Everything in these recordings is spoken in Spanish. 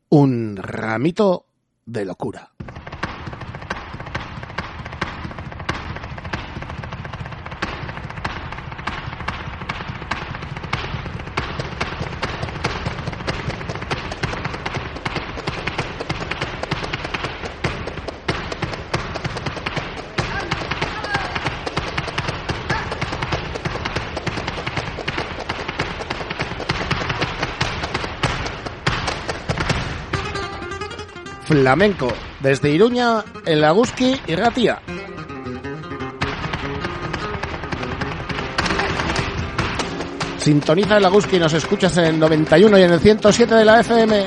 Un ramito de locura. Flamenco, desde Iruña, en Laguski y Ratia. Sintoniza en Laguski y nos escuchas en el 91 y en el 107 de la FM.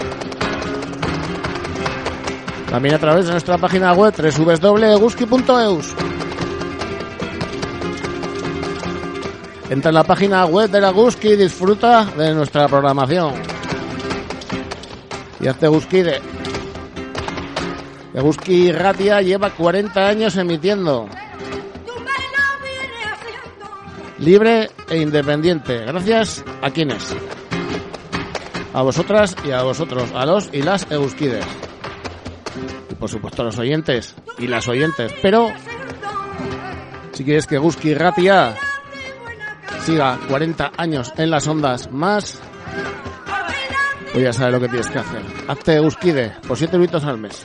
También a través de nuestra página web www.eguski.eus. Entra en la página web de Laguski y disfruta de nuestra programación. Y hazte Guskide. Eguski Ratia lleva 40 años emitiendo. Libre e independiente. Gracias a quienes. A vosotras y a vosotros. A los y las Eguskides. Y por supuesto a los oyentes y las oyentes. Pero si quieres que Eguski Ratia siga 40 años en las ondas más, pues ya sabes lo que tienes que hacer. Hazte Eguskide por 7 euros al mes.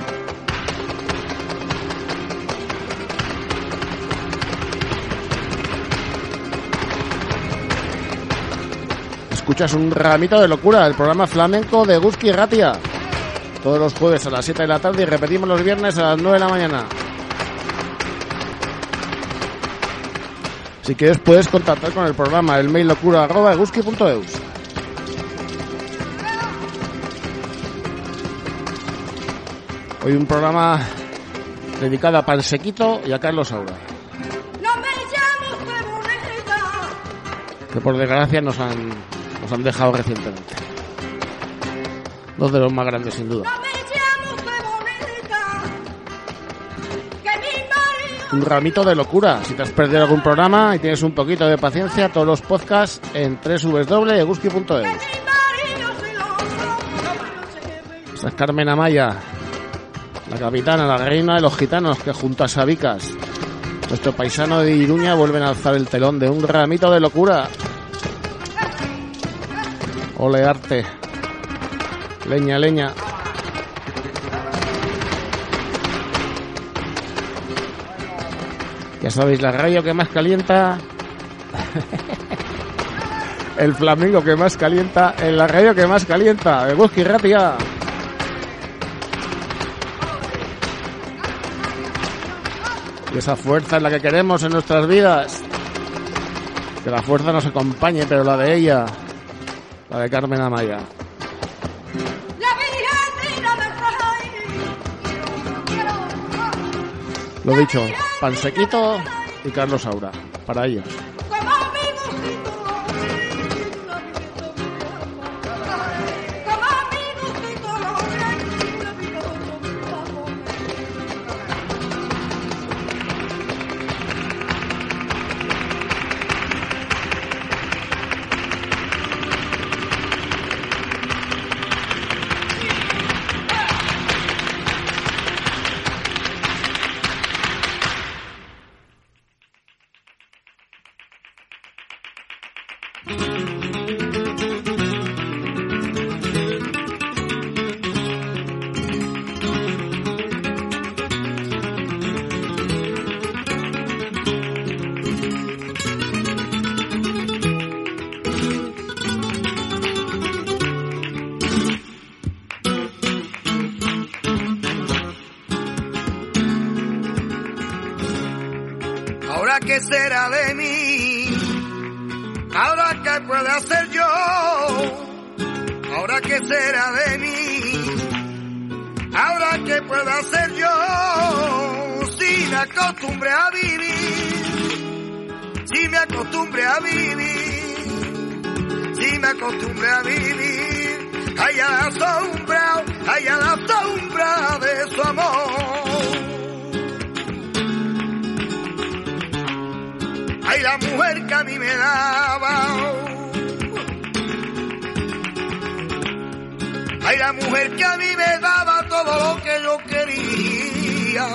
Escuchas un ramito de locura, el programa flamenco de Eguski Ratia. Todos los jueves a las 7 de la tarde y repetimos los viernes a las 9 de la mañana. Si quieres puedes contactar con el programa, el mail locura@eguski.eus. Hoy un programa dedicado a Pansequito y a Carlos Saura. Que por desgracia nos han dejado recientemente. Dos de los más grandes sin duda. Un ramito de locura. Si te has perdido algún programa y tienes un poquito de paciencia, todos los podcasts en www.eguski.eus. Esa es Carmen Amaya, la capitana, la reina de los gitanos, que junto a Sabicas, nuestro paisano de Iruña, vuelven a alzar el telón de un ramito de locura. Ole arte. Leña, leña. Ya sabéis, la radio que más calienta. El flamenco que más calienta. En la radio que más calienta. Eguski Ratia. Y esa fuerza es la que queremos en nuestras vidas. Que la fuerza nos acompañe, pero la de ella. La de Carmen Amaya. Lo dicho, Pansequito y Carlos Saura. Para ellos. ¿Qué será de mí? Ahora qué puedo hacer yo, ahora qué será de mí, ahora qué puedo hacer yo, si me acostumbré a vivir, si me acostumbré a vivir, si me acostumbré a vivir, ay a la sombra de su amor. Ay, la mujer que a mí me daba, Ay, la mujer que a mí me daba todo lo que yo quería.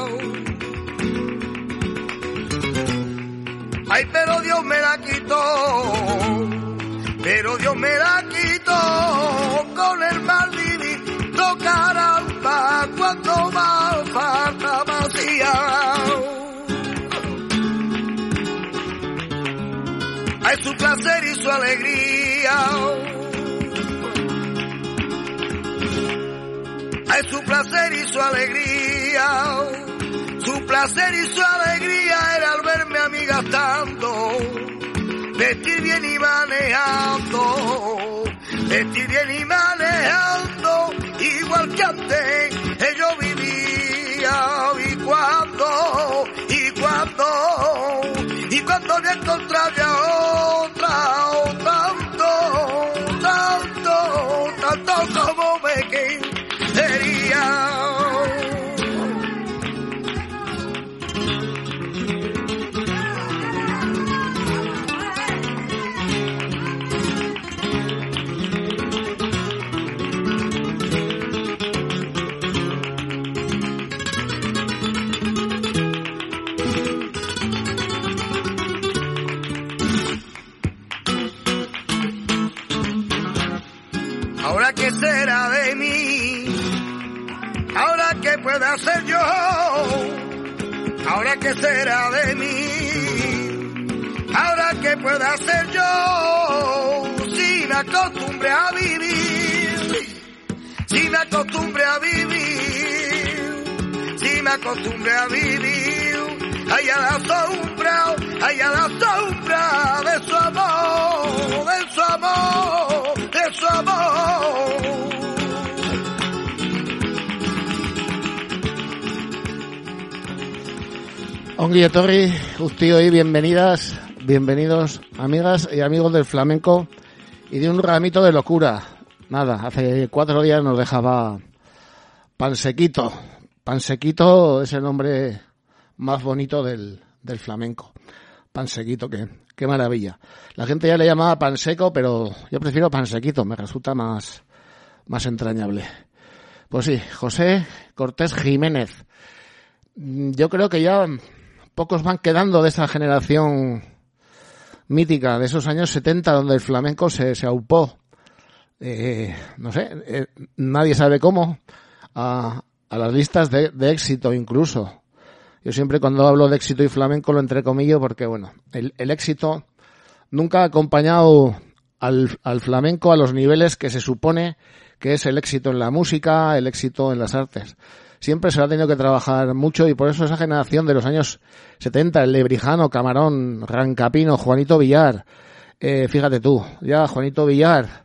Ay, pero Dios me la quitó. Pero Dios me la quitó con el maldito caramba, cuando más falta me hacía. Ay, su placer y su alegría. Ay, su placer y su alegría. Su placer y su alegría era al verme a mí gastando. Vestir bien y manejando, vestir bien y manejando, igual que antes yo vivía. Y cuando me encontraba tanto como me quería. Ahora qué será de mí, ahora qué puedo hacer yo, ahora qué será de mí, ahora qué puedo hacer yo, si me acostumbré a vivir, si me acostumbré a vivir, si me acostumbré a vivir, ay a la sombra de su amor, de su amor, de su amor. Ongi etorri, guztioi, bienvenidos, amigas y amigos del flamenco y de un ramito de locura. Nada, hace 4 días nos dejaba Pansequito. Pansequito es el nombre más bonito del flamenco. Pansequito, qué maravilla. La gente ya le llamaba Panseco, pero yo prefiero Pansequito, me resulta más entrañable. Pues sí, José Cortés Jiménez. Yo creo que ya pocos van quedando de esa generación mítica de esos años 70 donde el flamenco se aupó. No sé, nadie sabe cómo a las listas de éxito incluso. Yo siempre cuando hablo de éxito y flamenco lo entrecomillo porque, bueno, el éxito nunca ha acompañado al flamenco a los niveles que se supone que es el éxito en la música, el éxito en las artes. Siempre se ha tenido que trabajar mucho y por eso esa generación de los años 70, el Lebrijano, Camarón, Rancapino, Juanito Villar, fíjate tú, ya Juanito Villar,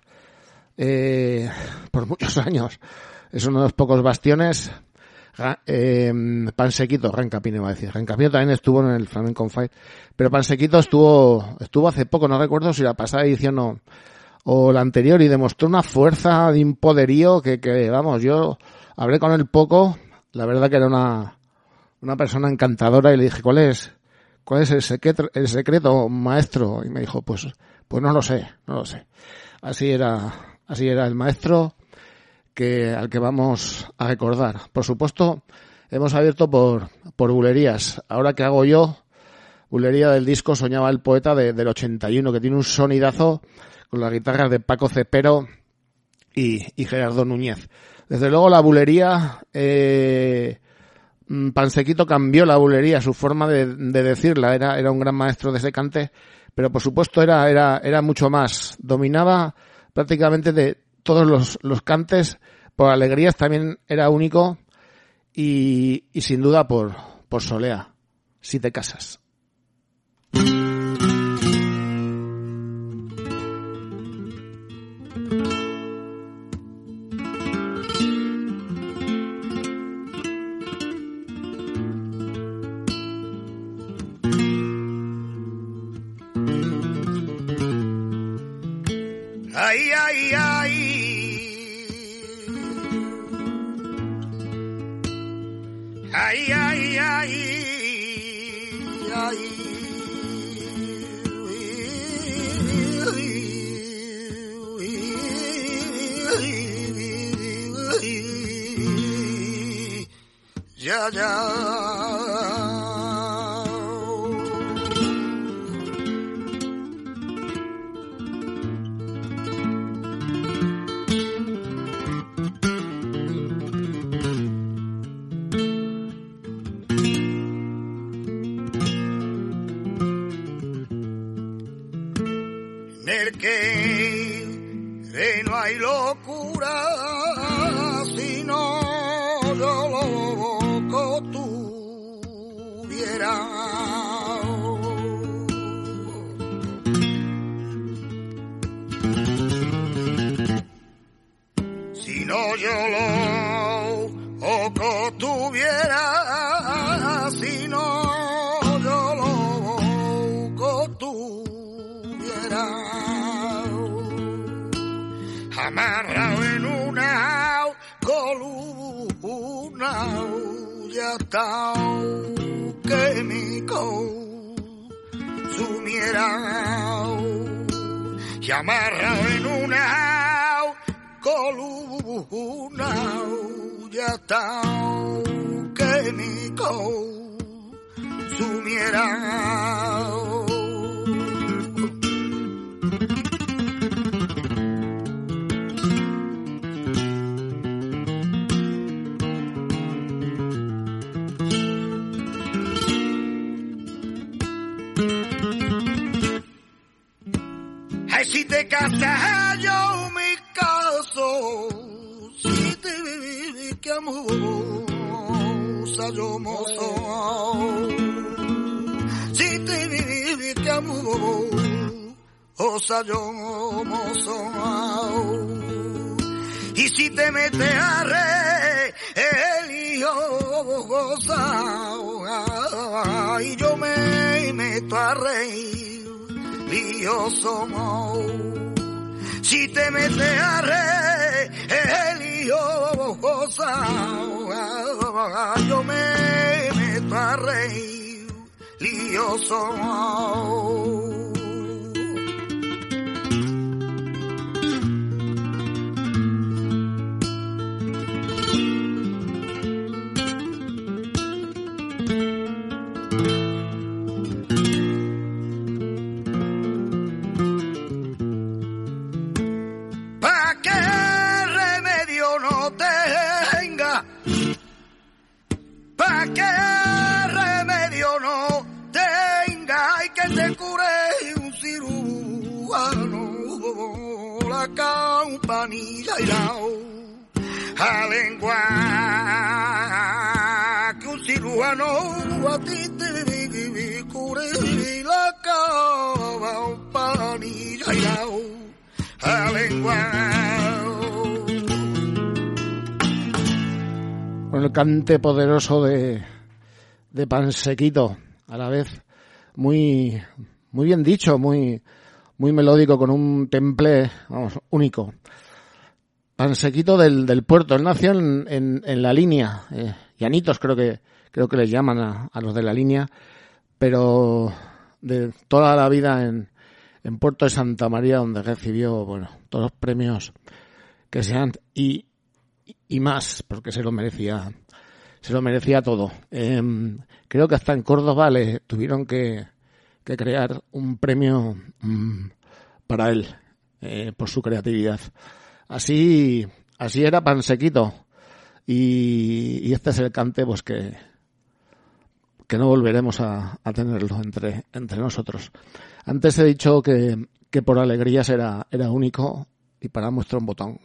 por muchos años, es uno de los pocos bastiones. Pansequito, Rancapino iba a decir. Rancapino también estuvo en el Flamenco on Fire, pero Pansequito estuvo hace poco, no recuerdo si la pasada edición o la anterior, y demostró una fuerza de un poderío que vamos, yo hablé con él poco, la verdad que era una persona encantadora y le dije, ¿cuál es el secreto, maestro? Y me dijo, pues no lo sé. Así era el maestro al que vamos a recordar. Por supuesto, hemos abierto por bulerías. Ahora que hago yo, bulería del disco Soñaba el poeta del 81, que tiene un sonidazo con las guitarras de Paco Cepero y Gerardo Núñez. Desde luego la bulería, Pansequito cambió la bulería, su forma de decirla, era un gran maestro de ese cante, pero por supuesto era mucho más. Dominaba prácticamente de todos los cantes. Por alegrías también era único y sin duda por solea, si te casas. Ay, ay, ay. Ay, ay, ay, ay. ya, ya. En el que no hay locura, sino yo loco tuviera. Si no yo loco tuviera, si no yo loco tuviera. Amarrado en una columna, ya está que me consumiera. Y amarrado en una columna, ya está que me consumiera. Ay, si te casas yo me caso, si te que amosa yo mozo, si te que amosa yo mozo, y si te metes a re el hijo goza, y yo me meto a reír. Dios somos, si te metes a re, el hijo goza, yo me meto a reír, Dios somos. ¿Qué remedio no tenga y que te cure un cirujano? La campanilla y la lengua que un cirujano a ti te cure la campanilla y la lengua. Con el cante poderoso de Pansequito, a la vez muy bien dicho, muy melódico, con un temple, vamos, único. Pansequito del puerto, él nació en la línea, llanitos creo que les llaman a los de la línea, pero de toda la vida en Puerto de Santa María, donde recibió, bueno, todos los premios que sean y más, porque se lo merecía todo. Creo que hasta en Córdoba le tuvieron que crear un premio para él, por su creatividad. Así era Pansequito, y este es el cante pues que no volveremos a tenerlo entre nosotros. Antes he dicho que por alegrías era único, y para muestra un botón.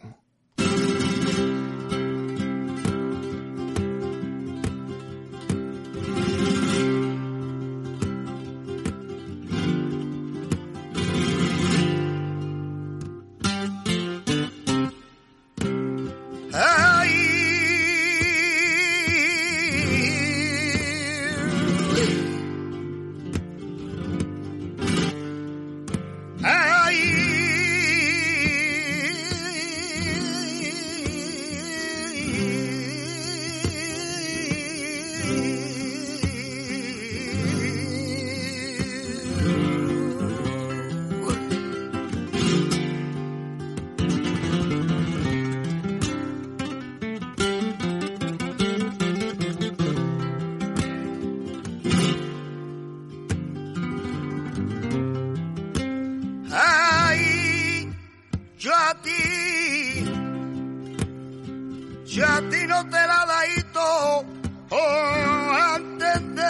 si a ti no te la da hito, antes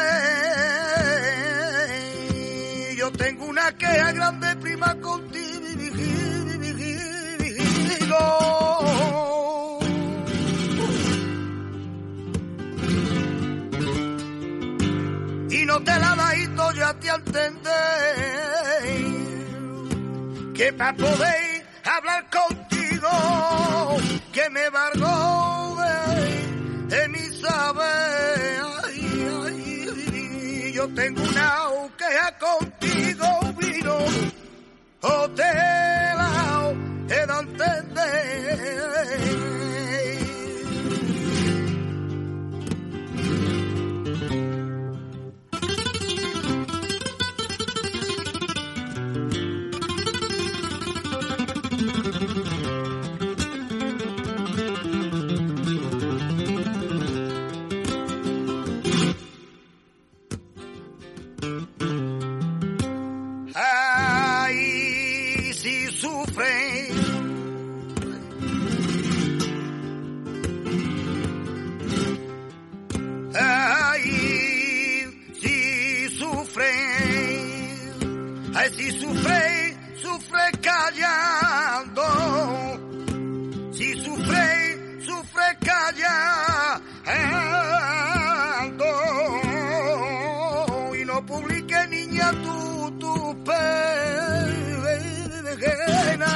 de yo tengo una queja grande prima contigo y no te la da hito, yo a ti entender que para poder hablar contigo que me valgo de mi saber. Yo tengo una queja contigo, vino o te la he de entender. Si sufre, sufre callando. Si sufre, sufre callando. Y no publique, niña, tu pena.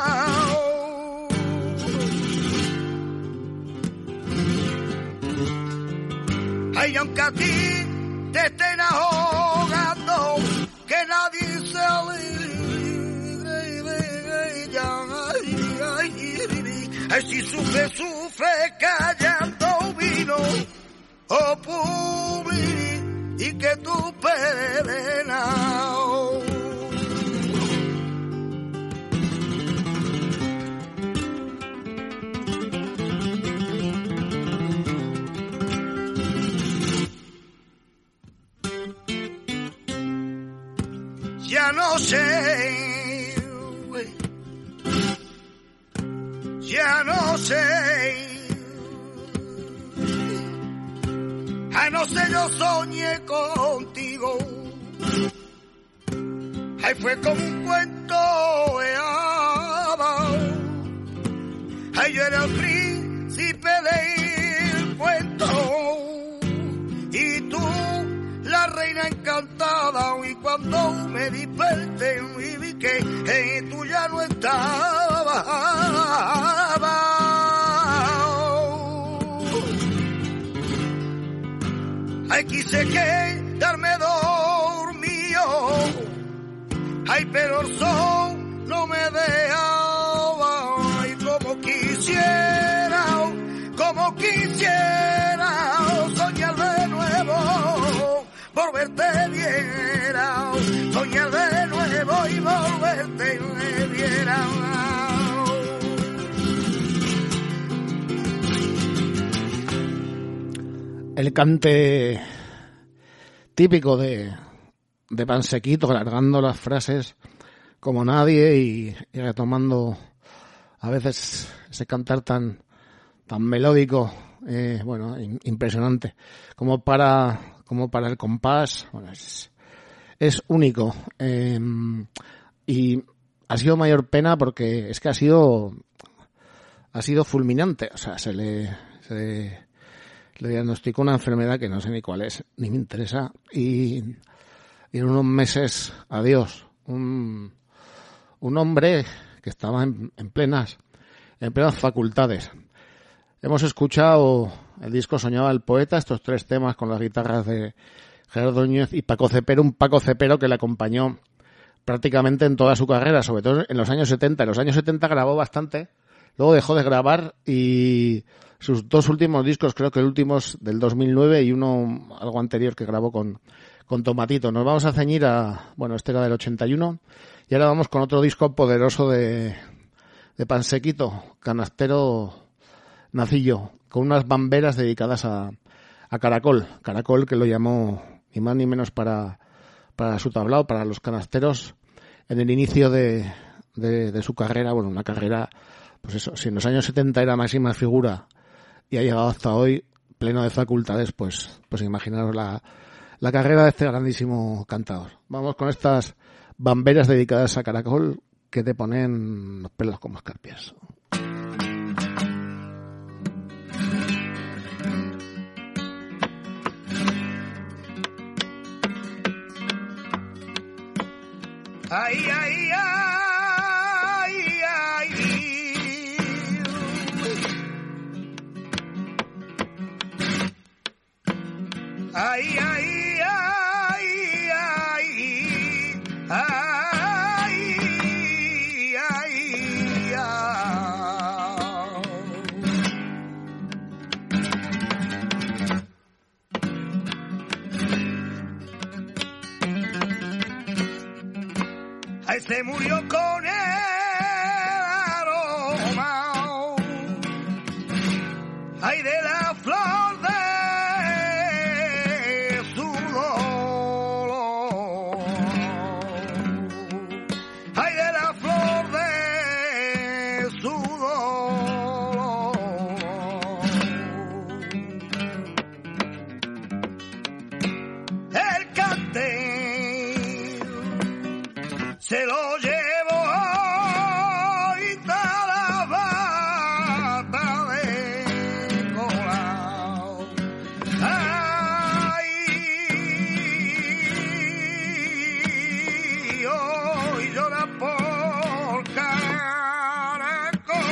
Ay, aunque a ti te estén ahogando, que nadie se alegre de ella. Ay, si sufre, sufre callando, vino o publi y que tu pena. Ya no sé, ya no sé, no sé, yo soñé contigo, ay, fue como un cuento de hadas, ay, yo era el príncipe del cuento, y tú la reina encantada, y cuando me desperté y vi que tú ya no estabas. Ay, quise quedarme dormido, ay, pero el sol no me dejaba, ay, como quisiera soñar de nuevo, volverte viera, soñar de nuevo y volverte viera. El cante típico de Pansequito, alargando las frases como nadie y retomando a veces ese cantar tan melódico, bueno, impresionante, como para el compás. Bueno, es único, y ha sido mayor pena porque es que ha sido fulminante. O sea, se le diagnosticó una enfermedad que no sé ni cuál es, ni me interesa, y en unos meses, adiós. Un hombre que estaba en plenas facultades. Hemos escuchado el disco Soñaba el Poeta, estos 3 temas con las guitarras de Gerardo Núñez y Paco Cepero, un Paco Cepero que le acompañó prácticamente en toda su carrera, sobre todo en los años 70. En los años 70 grabó bastante, luego dejó de grabar y sus 2 últimos discos, creo que el último es del 2009 y uno algo anterior que grabó con Tomatito. Nos vamos a ceñir este era del 81 y ahora vamos con otro disco poderoso de Pansequito, Canastero Nacillo, con unas bamberas dedicadas a Caracol que lo llamó ni más ni menos para su tablao, para los canasteros en el inicio de su carrera. Bueno, una carrera, pues eso, si en los años 70 era máxima figura y ha llegado hasta hoy pleno de facultades, pues imaginaros la carrera de este grandísimo cantador. Vamos con estas bamberas dedicadas a Caracol que te ponen los pelos como escarpias. Ay, ay, ay, ay. Ay, ay, ay, ay. Ay, ay, ay. Ay, se murió con el aroma, ay, de la flor de su dolor, ay, de la flor de su dolor. El cante se lo llevo y talabata de colao. Ay, hoy llora por Caracol.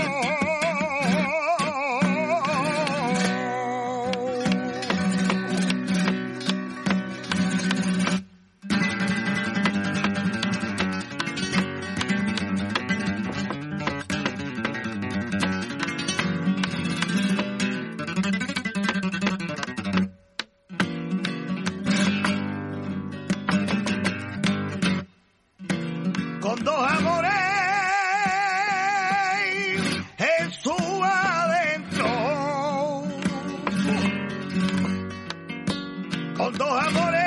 Con dos amores en su adentro, con dos amores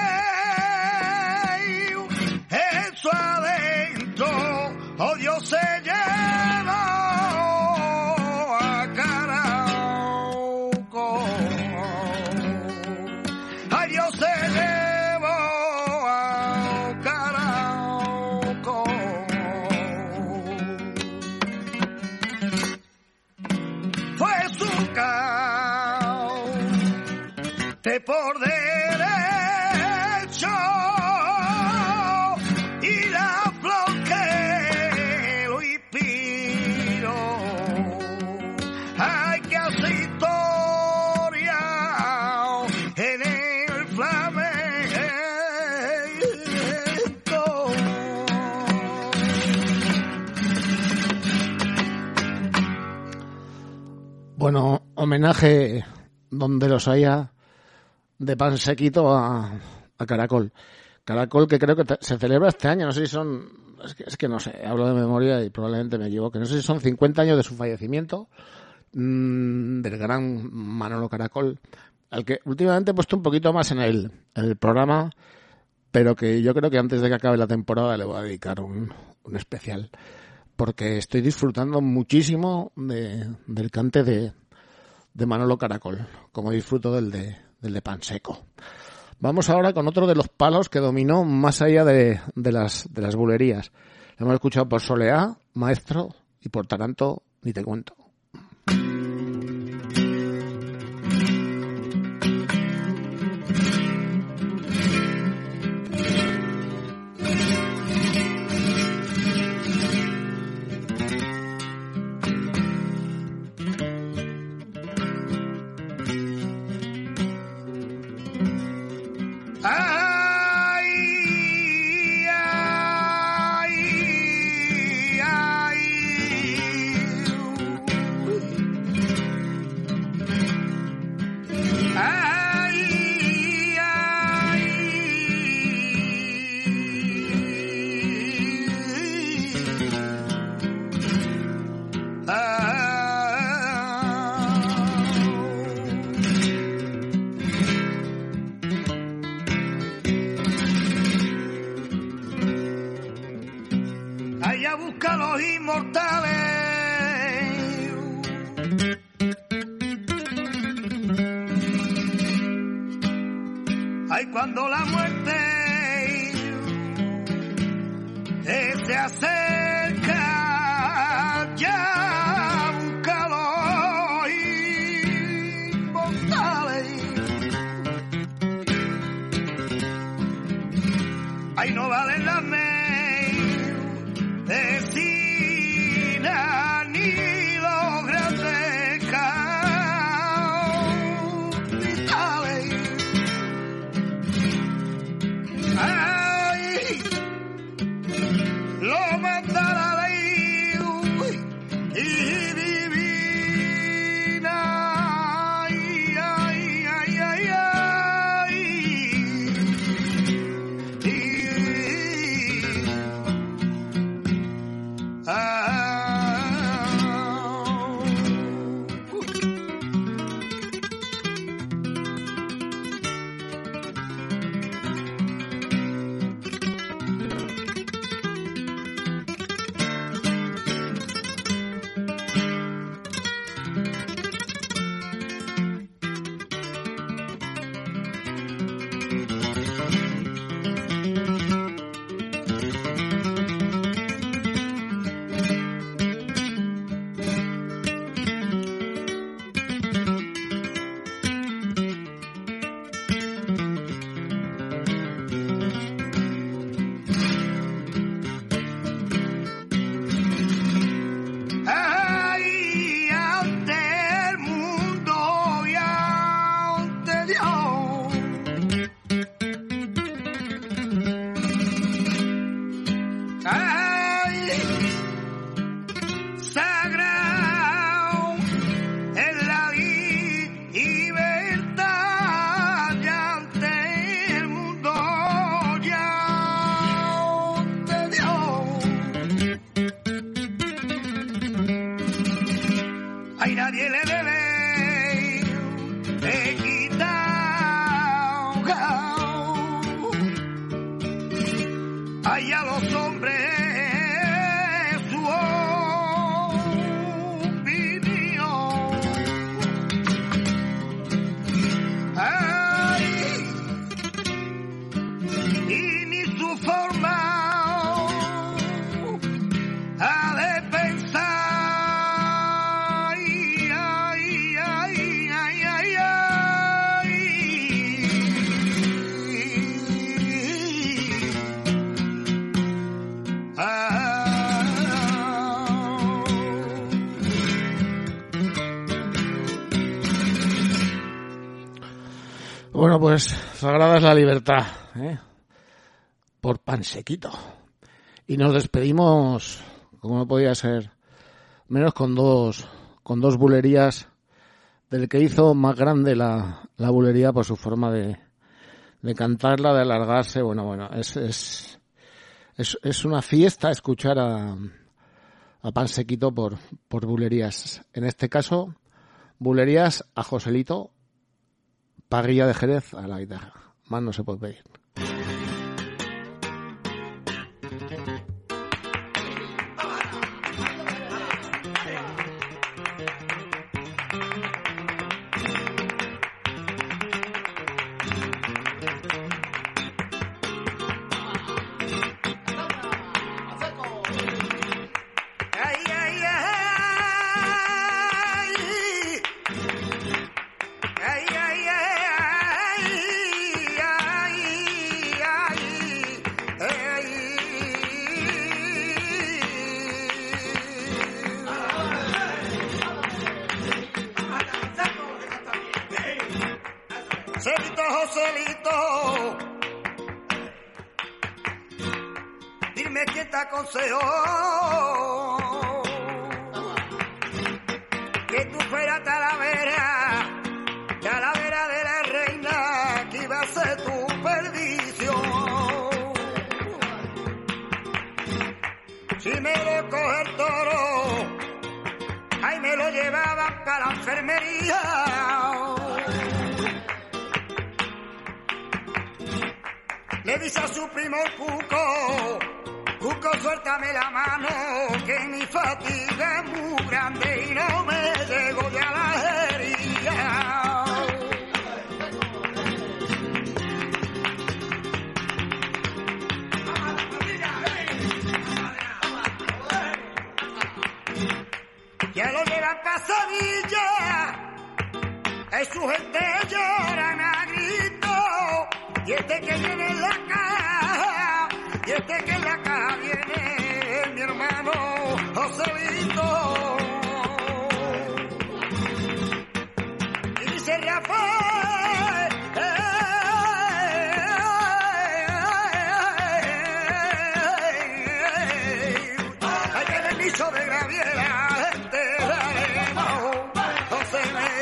en su adentro, oh Dios se lleva a Caracol, ay Dios se lleva a Caracol. Fue su caute por derecho y la flor que lo inspiró. Hay que hacer historia en el flamenco. Bueno, homenaje donde los haya de pan sequito a Caracol. Caracol que creo que se celebra este año, no sé si son, es que no sé, hablo de memoria y probablemente me equivoque, no sé si son 50 años de su fallecimiento, del gran Manolo Caracol, al que últimamente he puesto un poquito más en el programa, pero que yo creo que antes de que acabe la temporada le voy a dedicar un especial, porque estoy disfrutando muchísimo del cante de Manolo Caracol, como disfruto del de pan seco. Vamos ahora con otro de los palos que dominó más allá de las bulerías. Lo hemos escuchado por Soleá, Maestro, y por Taranto, ni te cuento. he quitado. Ay, a los hombres su opinión. Ay, y ni su forma de pensar. Ay, ay, ay, ay, ay, Bueno, pues sagrada es la libertad, por Pansequito. Y nos despedimos, como no podía ser menos, con dos bulerías del que hizo más grande la bulería por su forma de cantarla, de alargarse. Bueno, es una fiesta escuchar a Pansequito por bulerías. En este caso, bulerías a Joselito, Parrilla de Jerez a la guitarra. Más no se puede pedir. Joselito, dime quién te aconsejó que tú fueras Talavera de la reina, que iba a ser tu perdición. Si me lo coge el toro, ahí me lo llevaban para la enfermería. Le dice a su primo Cuco, suéltame la mano, que mi fatiga es muy grande y no me llego de a la herida. Ya lo llevan pa' Sevilla, su gente lloran a grito. Y este que viene en la caja, y este que en la caja viene mi hermano Joselito. Y dice Rafael, hay que permiso de Graviera, enterraremos José.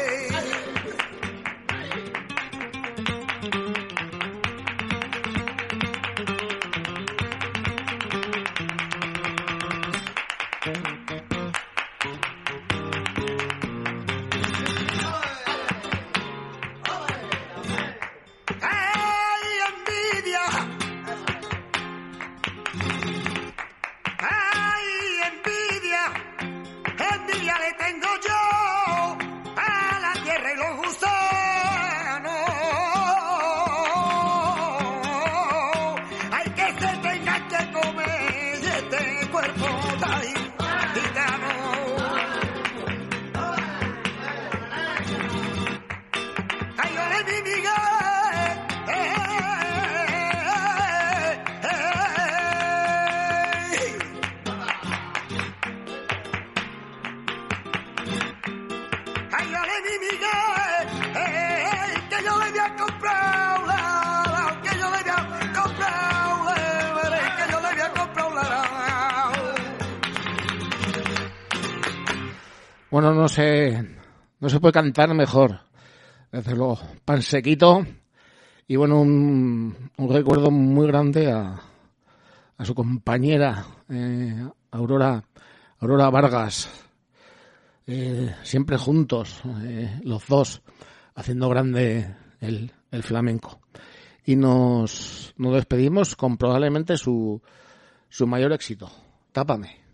Bueno, no se puede cantar mejor. Desde luego, Pansequito. Y bueno, un recuerdo muy grande a su compañera, Aurora Vargas. Siempre juntos, los dos, haciendo grande el flamenco. Y nos despedimos con probablemente su mayor éxito, Tápame.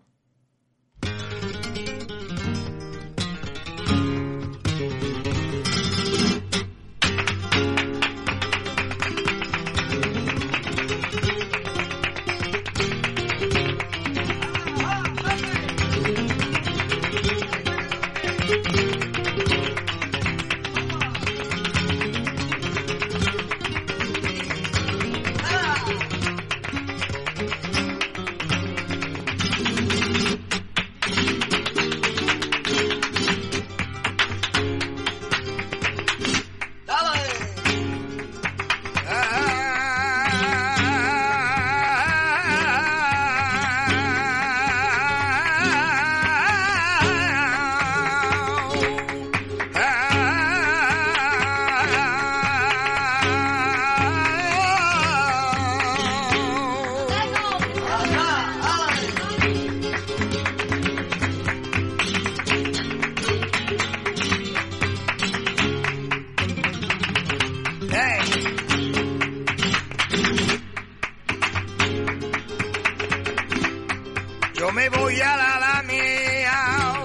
Yo me voy a la Alameda,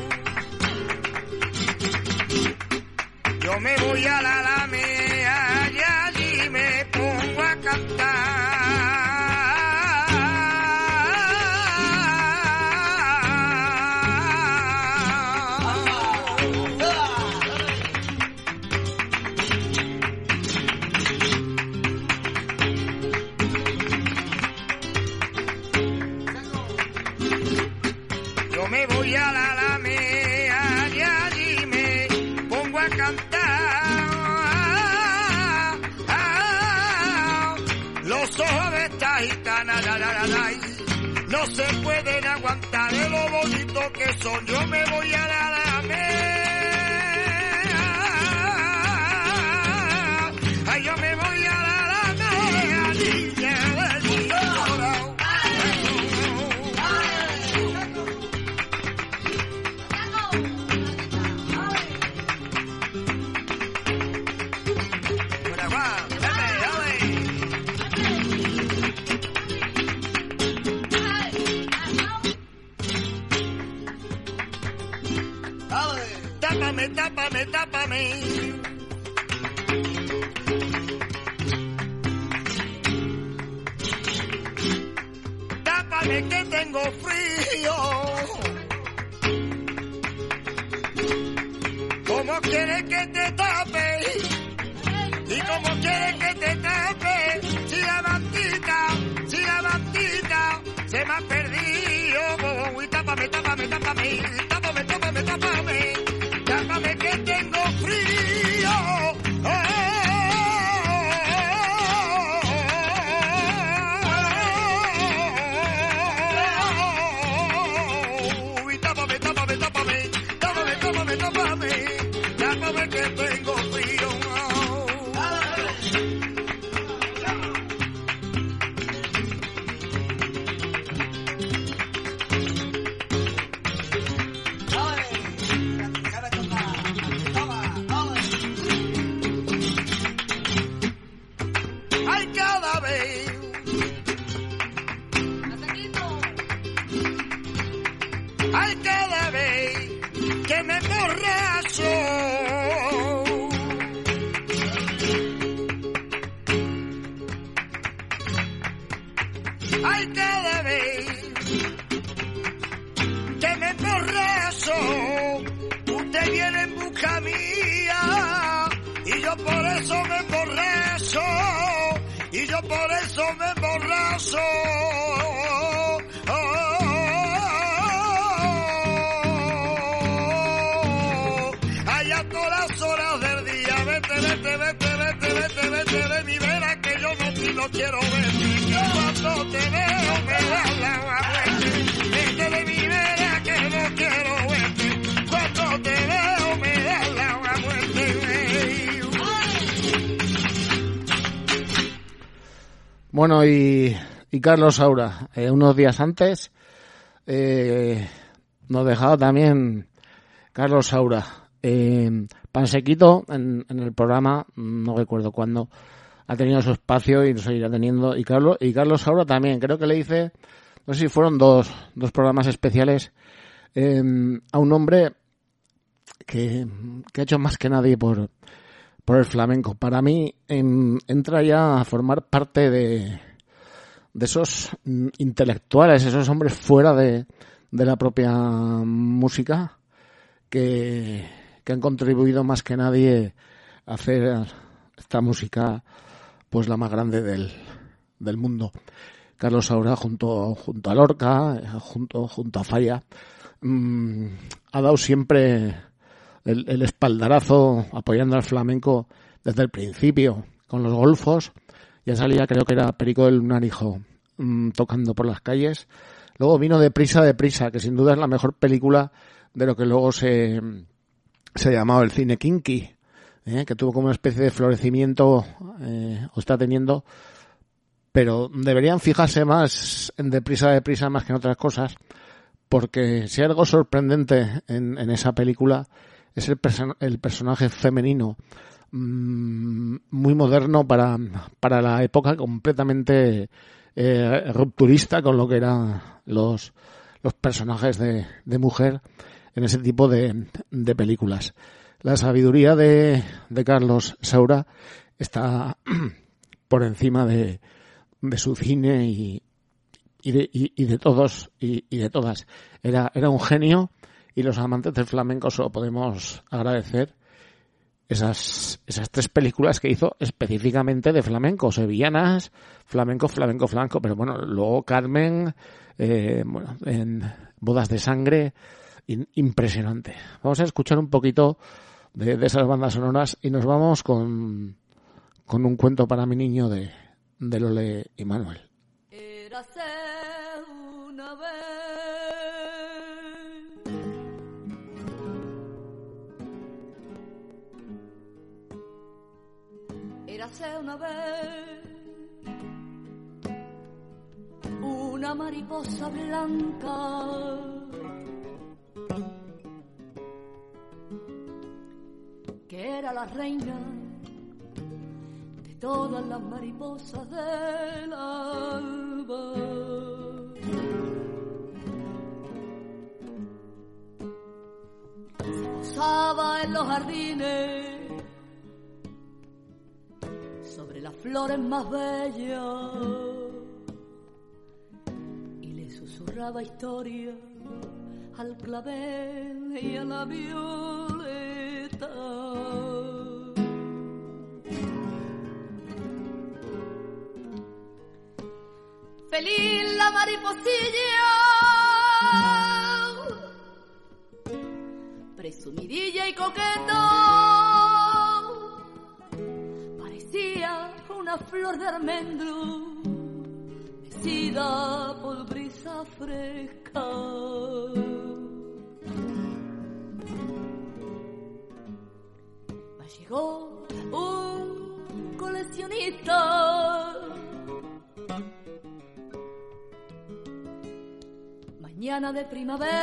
yo me voy a la Alameda y allí me pongo a me voy a la Alameda y allí me pongo a cantar. Los ojos de esta gitana no se pueden aguantar de lo bonito que son. Yo me voy a la Alameda, ay, yo me voy a la Alameda, niña del mundo. Tápame, tápame, tápame. Tápame que tengo frío. ¿Cómo quieres que te tape? ¿Y cómo quieres que te tape? Si la bandita se me ha perdido. Y tápame, tápame, tápame. Tápame, tápame, tápame. Tápame que tengo frío. Y tápame, tápame, tápame. Tápame, tápame, tápame. Tápame que tengo frío. Ay, cada vez que me emborracho, ay, cada vez que me emborracho, usted viene en busca mía, y yo por eso me emborracho, y yo por eso me emborracho. Vete de mi vera que yo no quiero ver. Cuando te veo me da la muerte. Vete de mi vera que no quiero verte. Cuando te veo me da la muerte. Bueno, y Carlos Saura, unos días antes nos dejaba también Carlos Saura, Pansequito en el programa, no recuerdo cuándo, ha tenido su espacio y lo seguirá teniendo. Y Carlos Saura también, creo que le hice, no sé si fueron dos programas especiales a un hombre que ha hecho más que nadie por el flamenco. Para mí entra ya a formar parte de esos intelectuales, esos hombres fuera de la propia música que han contribuido más que nadie a hacer esta música pues la más grande del mundo. Carlos Saura junto a Lorca, junto a Falla, ha dado siempre el espaldarazo apoyando al flamenco desde el principio, con los golfos. Ya salía, creo que era Perico del Lunarijo, tocando por las calles. Luego vino Deprisa, que sin duda es la mejor película de lo que luego se llamaba el cine kinky, que tuvo como una especie de florecimiento, o está teniendo, pero deberían fijarse más en Deprisa más que en otras cosas, porque si hay algo sorprendente en esa película es el personaje femenino, muy moderno para la época, completamente rupturista con lo que eran los personajes de mujer en ese tipo de películas. La sabiduría de Carlos Saura está por encima de su cine y de todos y de todas. Era un genio, y los amantes del flamenco solo podemos agradecer esas 3 películas que hizo específicamente de flamenco, sevillanas, flamenco, pero bueno, luego Carmen, en Bodas de Sangre, impresionante. Vamos a escuchar un poquito de esas bandas sonoras y nos vamos con un cuento para mi niño de Lole y Manuel. Érase una vez una mariposa blanca que era la reina de todas las mariposas del alba. Se posaba en los jardines sobre las flores más bellas y le susurraba historia al clavel y a la violeta. Feliz la mariposilla, presumidilla y coqueta, parecía una flor de almendro mecida por brisa fresca. Mas llegó un coleccionista, mañana de primavera,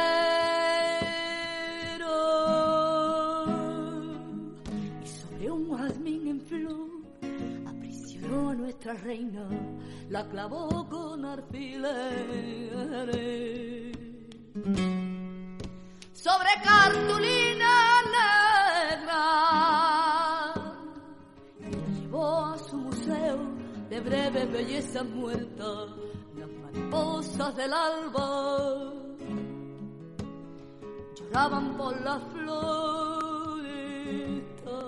y sobre un jazmín en flor aprisionó a nuestra reina, la clavó con alfileres. Sobre cartulina negra y la llevó a su museo de breve belleza muerta, las mariposas del alba lloraban por la floresta.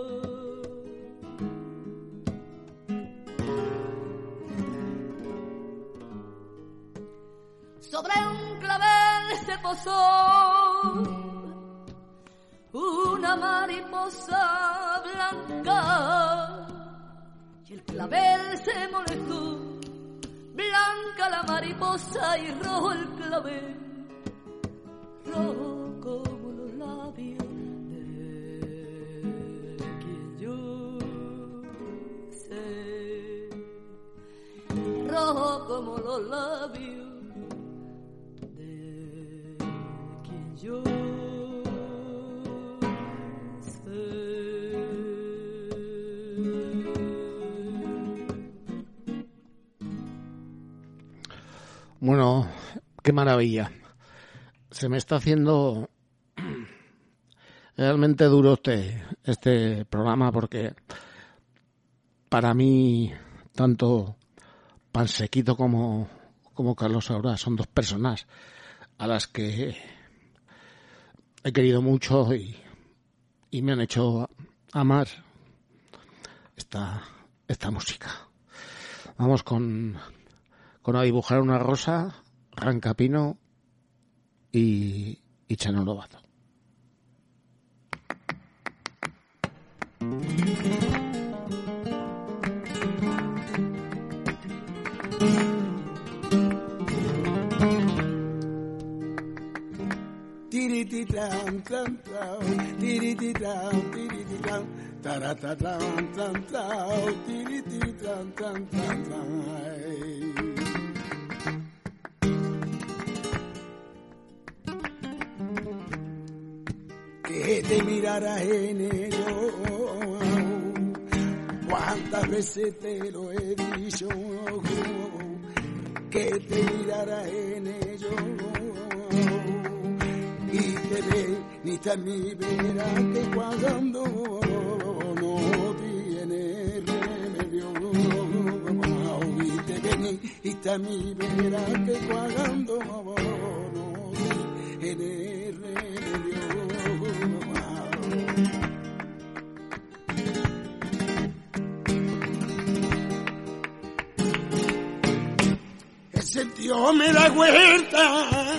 Sobre un clavel se posó una mariposa blanca y el clavel se molestó. Blanca la mariposa y rojo el clavel, rojo como los labios de quien yo sé, rojo como los labios de quien yo Bueno, qué maravilla. Se me está haciendo realmente duro este programa porque para mí tanto Pansequito como Carlos Saura son dos personas a las que he querido mucho y me han hecho amar esta música. Vamos con A dibujar una rosa, Rancapino y Chano Lobato. Tirititran, tran, tran, tirititran, tirititran, taratatran, tran, tran, tirititran, tran, tran, tran. Que te mirara en ello, cuántas veces te lo he dicho, que te mirara en ello. Y te ve, ni a mí verá que cuando no tiene remedio. Y te ve, ni a mí verá que cuando no tiene remedio. Ese tío me da vuelta,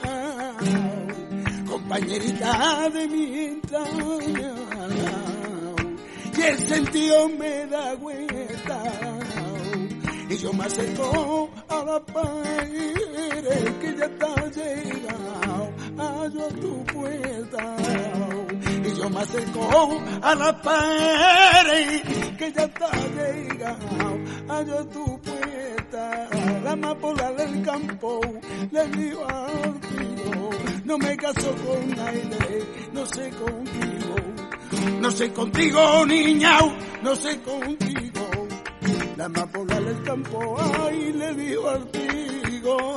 compañerita de mi entraña, y el sentido me da vuelta, y yo me acerco a la pared que ya está llegado a yo tu puerta, y yo me acerco a la pared que ya está llegado a yo tu puerta. La amapola del campo le digo al tío, no me caso con nadie, no sé contigo, no sé contigo, niña, no sé contigo. La amapola del campo, ay, le digo al tío.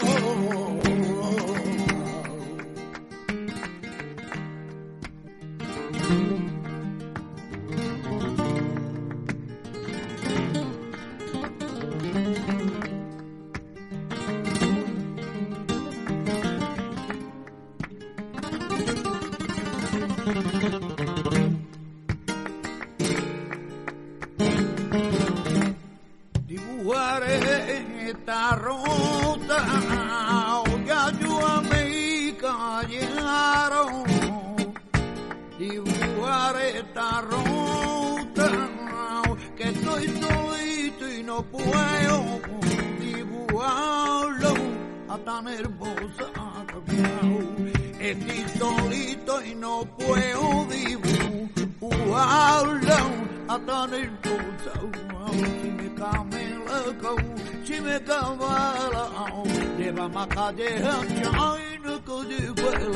Dibujaré esta ruta, ya yo a mi callaron. Dibujaré esta ruta, que estoy solito y no puedo dibujarlo a tan hermosa. Estoy solito y no puedo dibujarlo a tan hermosa. Si me camela, si me camela, lleva más calle y no calle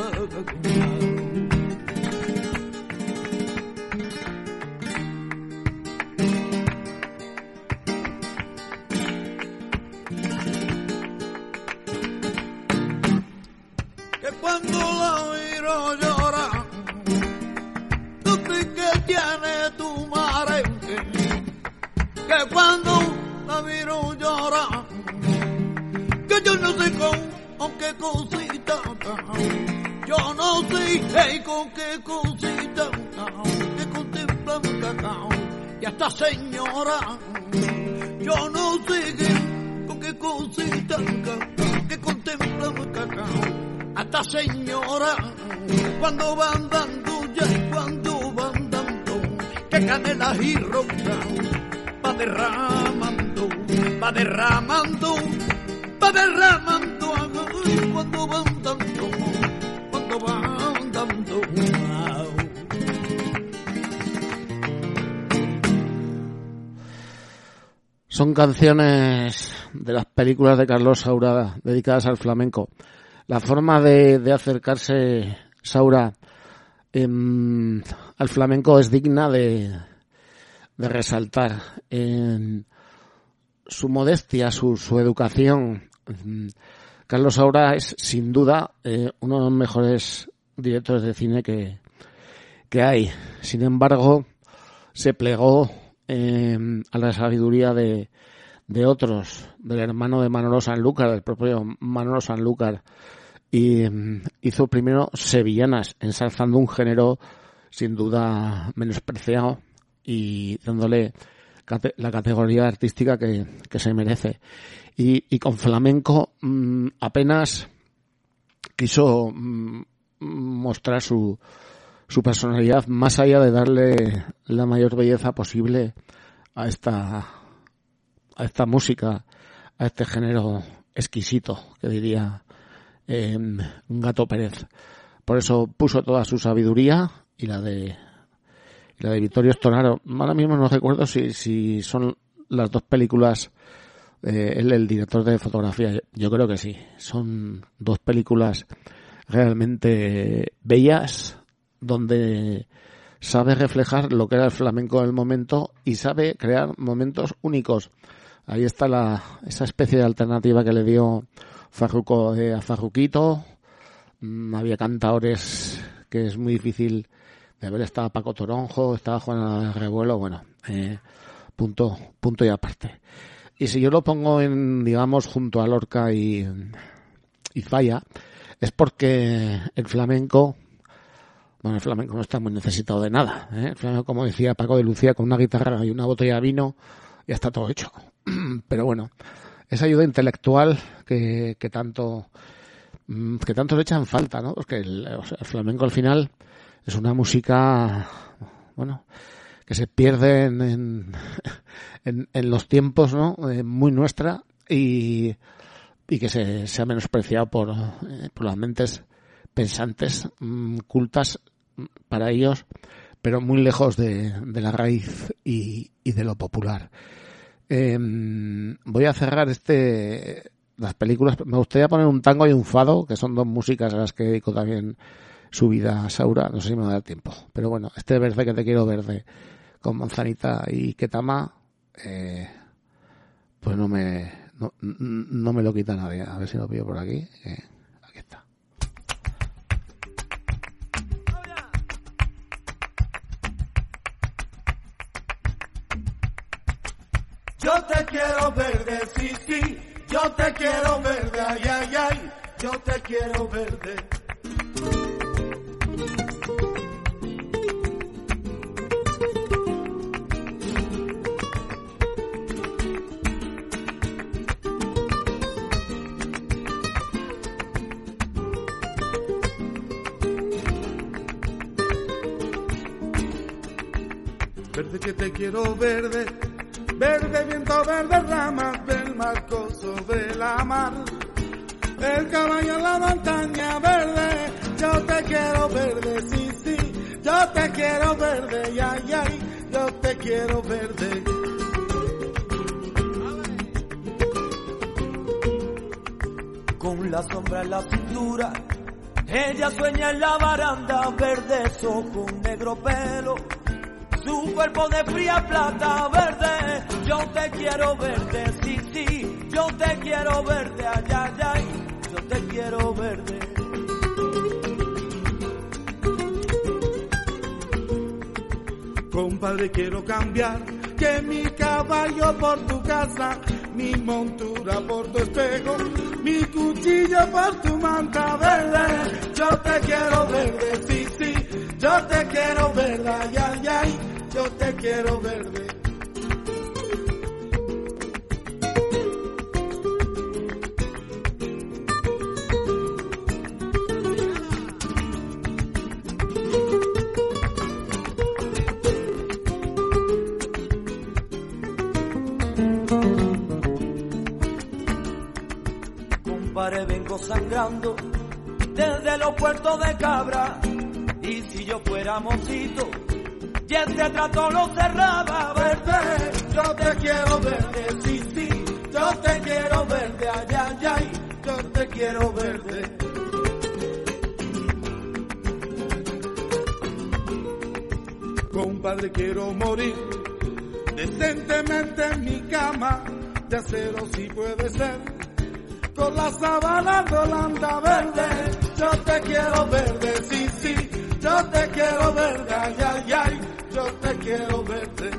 que cuando la miro llorar, tú crees que tiene tu madre, que cuando la miro llorar, que yo no sé con qué cosita, yo no sé con qué cosita, que contempla mi cacao, y esta señora, yo no sé con qué cosita, que contempla mi cacao. A esta señora, cuando van dando ya y cuando van dando, que canela y rosa, va derramando, va derramando, va derramando, ay, cuando van dando, cuando van dando. Son canciones de las películas de Carlos Saura dedicadas al flamenco. La forma de acercarse Saura al flamenco es digna de resaltar. Su modestia, su educación. Carlos Saura es sin duda uno de los mejores directores de cine que hay. Sin embargo, se plegó a la sabiduría de otros, del hermano de Manolo Sanlúcar, del propio Manolo Sanlúcar, y hizo primero sevillanas, ensalzando un género sin duda menospreciado y dándole la categoría artística que se merece. Y con flamenco apenas quiso mostrar su personalidad, más allá de darle la mayor belleza posible a esta música, a este género exquisito, que diría Gato Pérez. Por eso puso toda su sabiduría y la de Vittorio Storaro. Ahora mismo no recuerdo si son las dos películas, él el director de fotografía. Yo creo que sí. Son dos películas realmente bellas, donde sabe reflejar lo que era el flamenco del momento y sabe crear momentos únicos. Ahí está esa especie de alternativa que le dio Farruko a Farruquito. Había cantadores que es muy difícil de ver. Estaba Paco Toronjo, estaba Juana Revuelo. Bueno, punto y aparte. Y si yo lo pongo digamos, junto a Lorca y Falla, es porque el flamenco no está muy necesitado de nada, ¿eh? El flamenco, como decía Paco de Lucía, con una guitarra y una botella de vino ya está todo hecho. Pero bueno, esa ayuda intelectual que tanto le echan falta, ¿no? Porque el flamenco al final es una música, bueno, que se pierde en los tiempos, ¿no? Muy nuestra y que se ha menospreciado por las mentes pensantes, cultas para ellos, pero muy lejos de la raíz y de lo popular. Voy a cerrar las películas. Me gustaría poner un tango y un fado, que son dos músicas a las que dedico también su vida a Saura. No sé si me va a dar tiempo, pero bueno, este Verde que te quiero verde, con Manzanita y Ketama, pues no me lo quita nadie. A ver si lo pillo por aquí. Aquí está. Yo te quiero verde, sí, sí, yo te quiero verde, ay, ay, ay, yo te quiero verde. Verde que te quiero verde. Verde viento, verde ramas del marco sobre la mar. El caballo en la montaña verde. Yo te quiero verde, sí, sí. Yo te quiero verde, ay, ay. Yo te quiero verde. Con la sombra en la cintura, ella sueña en la baranda. Verdes ojos, negro pelo, su cuerpo de fría plata verde. Yo te quiero verde, sí, sí. Yo te quiero verde, ay, ay, ay. Yo te quiero verde. Compadre, quiero cambiar, que mi caballo por tu casa, mi montura por tu espejo, mi cuchillo por tu manta verde. Yo te quiero verde, sí, sí. Yo te quiero verde, ay, ay, ay. Yo te quiero verde. Compadre, vengo sangrando desde los puertos de Cabra, y si yo fuera mocito, y este trato lo cerraba verde. Yo te quiero verde, sí, sí. Yo te quiero verde, ay, ay, ay. Yo te quiero verde. Compadre, quiero morir decentemente en mi cama de acero, si puede ser. con la sabana de Holanda verde. Yo te quiero verde, sí, sí, yo te quiero verde, ay, ay, ay, yo te quiero verde.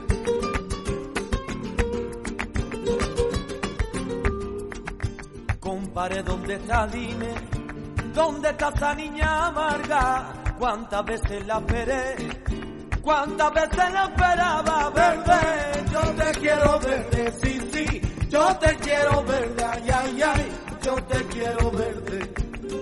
Compadre, ¿dónde está? Dime, ¿dónde está esa niña amarga? ¿Cuántas veces la esperé? ¿Cuántas veces la esperaba? Verde, yo te quiero verde, sí, sí, yo te quiero verde, ay, ay, ay, yo te quiero verde.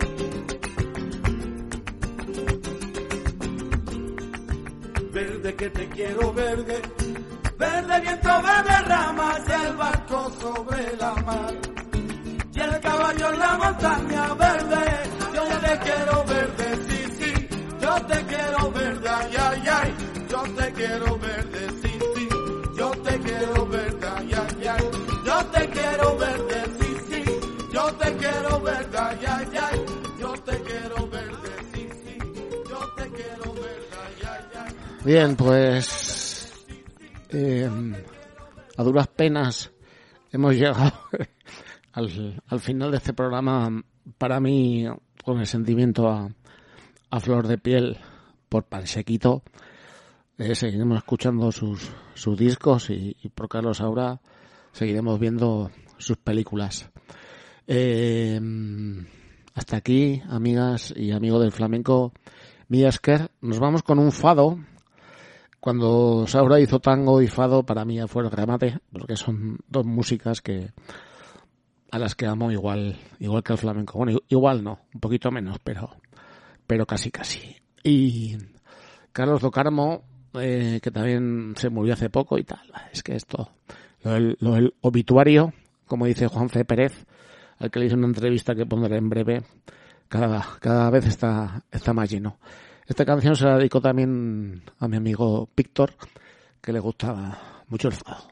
Verde que te quiero verde, verde viento, verde ramas y el barco sobre la mar. Y el caballo en la montaña verde, yo te quiero verde, sí, sí, yo te quiero verde, ay, ay, ay, yo te quiero verde, sí, sí, yo te quiero verde, ay, ay, ay, yo te quiero verde, sí, sí, yo te quiero verde, ay, ay, ay, yo te quiero verde, sí, sí, yo te quiero verde, ay, ay, ay. Bien, pues a duras penas hemos llegado al final de este programa, para mí con el sentimiento a flor de piel por Pansequito. Seguiremos escuchando sus discos y por Carlos Saura seguiremos viendo sus películas. Hasta aquí, amigas y amigos del flamenco, mi Esker. Nos vamos con un fado. Cuando Saura hizo tango y fado, para mí fue el remate, porque son dos músicas a las que amo igual que el flamenco. Bueno, igual no, un poquito menos, pero casi. Y Carlos do Carmo, que también se murió hace poco y tal. Es que esto, lo del obituario, como dice Juan C. Pérez, al que le hice una entrevista que pondré en breve, cada vez está más lleno. Esta canción se la dedico también a mi amigo Víctor, que le gustaba mucho el fado.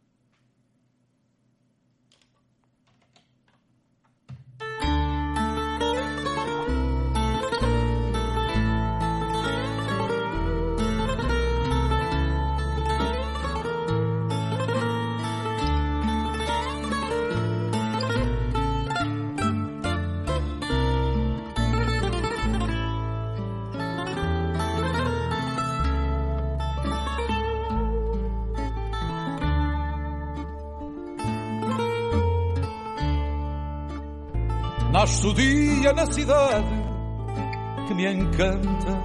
Nasce o dia na cidade que me encanta,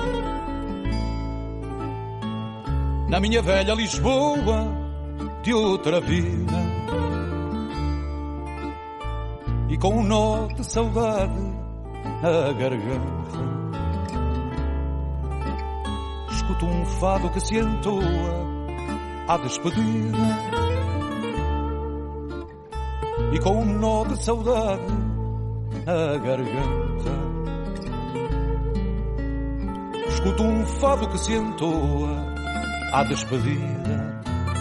na minha velha Lisboa de outra vida, e com um nó de saudade na garganta escuto um fado que se entoa à despedida, e com um nó de saudade na garganta escuto um fado que se entoa à despedida.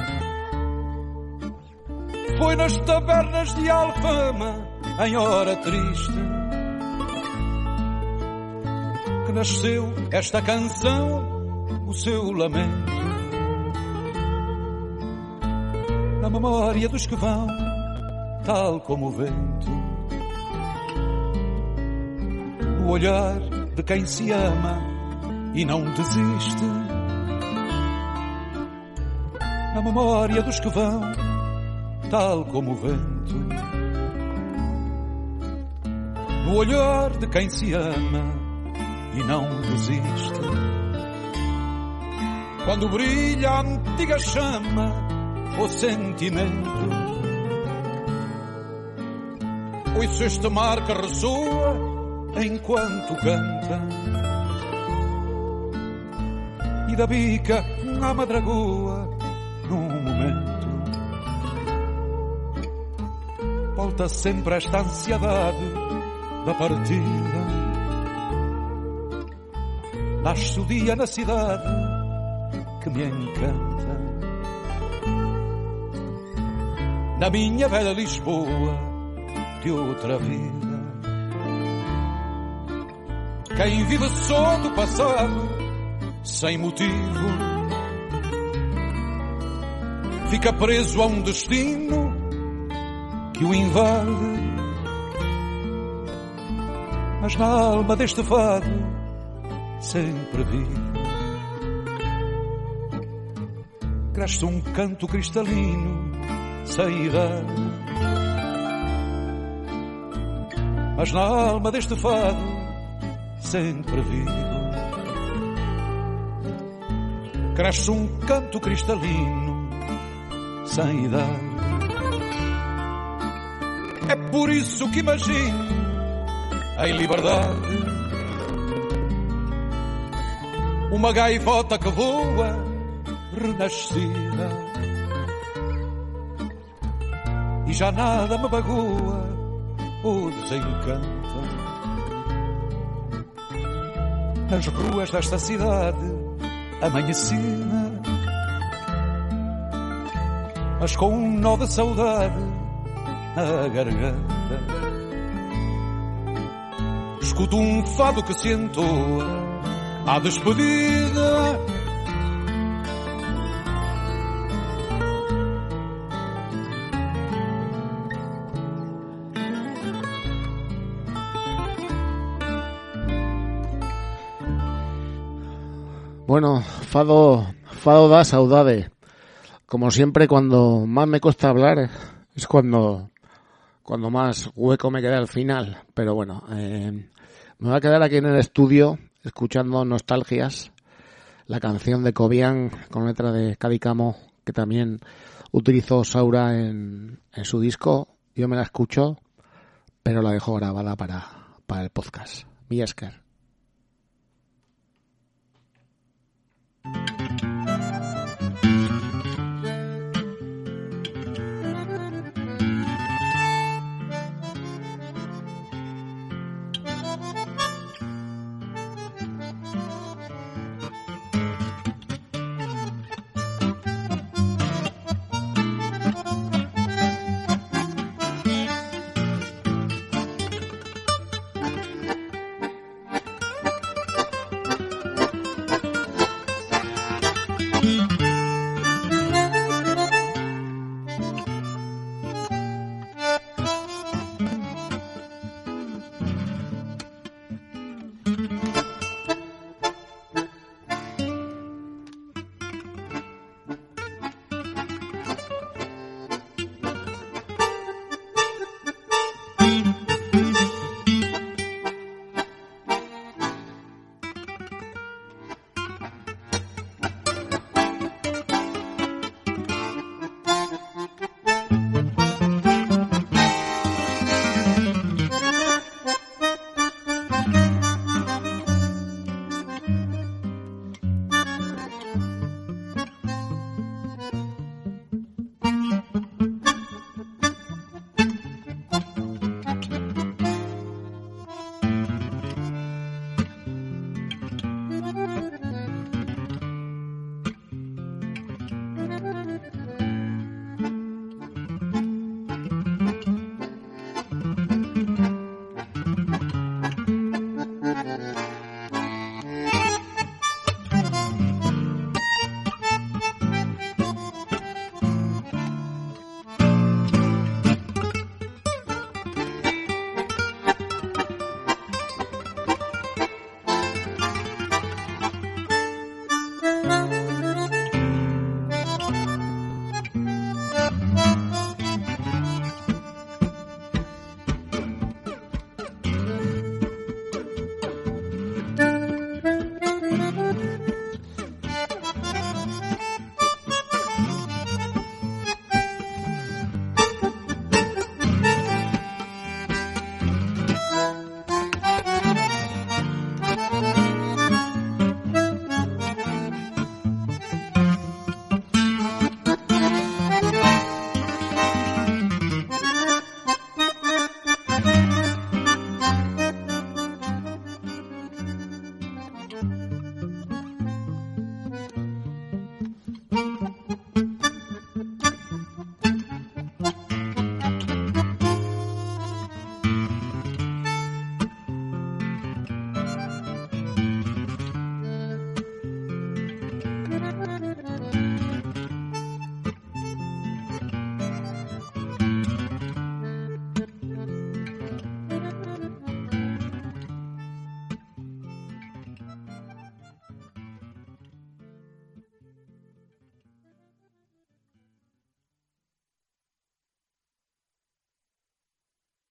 Foi nas tabernas de Alfama, em hora triste, que nasceu esta canção, o seu lamento, na memória dos que vão, tal como o vento, o olhar de quem se ama e não desiste, na memória dos que vão, tal como o vento, no olhar de quem se ama e não desiste. Quando brilha a antiga chama, o sentimento, ouço este mar que ressoa enquanto canta, e da bica à madragoa num momento volta sempre esta ansiedade da partida. Nasce o dia na cidade que me encanta, na minha velha Lisboa de outra vida. Quem vive só do passado, sem motivo, fica preso a um destino que o invade mas na alma deste fado sempre vivo cresce um canto cristalino sem idade. Mas na alma deste fado sempre vivo cresce um canto cristalino sem idade. É por isso que imagino em liberdade uma gaivota que voa renascida e já nada me magoa ou desencanta nas ruas desta cidade amanhecida, mas com um nó de saudade na garganta. Escuto um fado que se entoa à despedida. Bueno, fado da saudade. Como siempre, cuando más me cuesta hablar es cuando más hueco me queda al final. Pero bueno, me voy a quedar aquí en el estudio escuchando Nostalgias, la canción de Cobian con letra de Cadicamo, que también utilizó Saura en su disco. Yo me la escucho, pero la dejo grabada para el podcast. Mi Esker.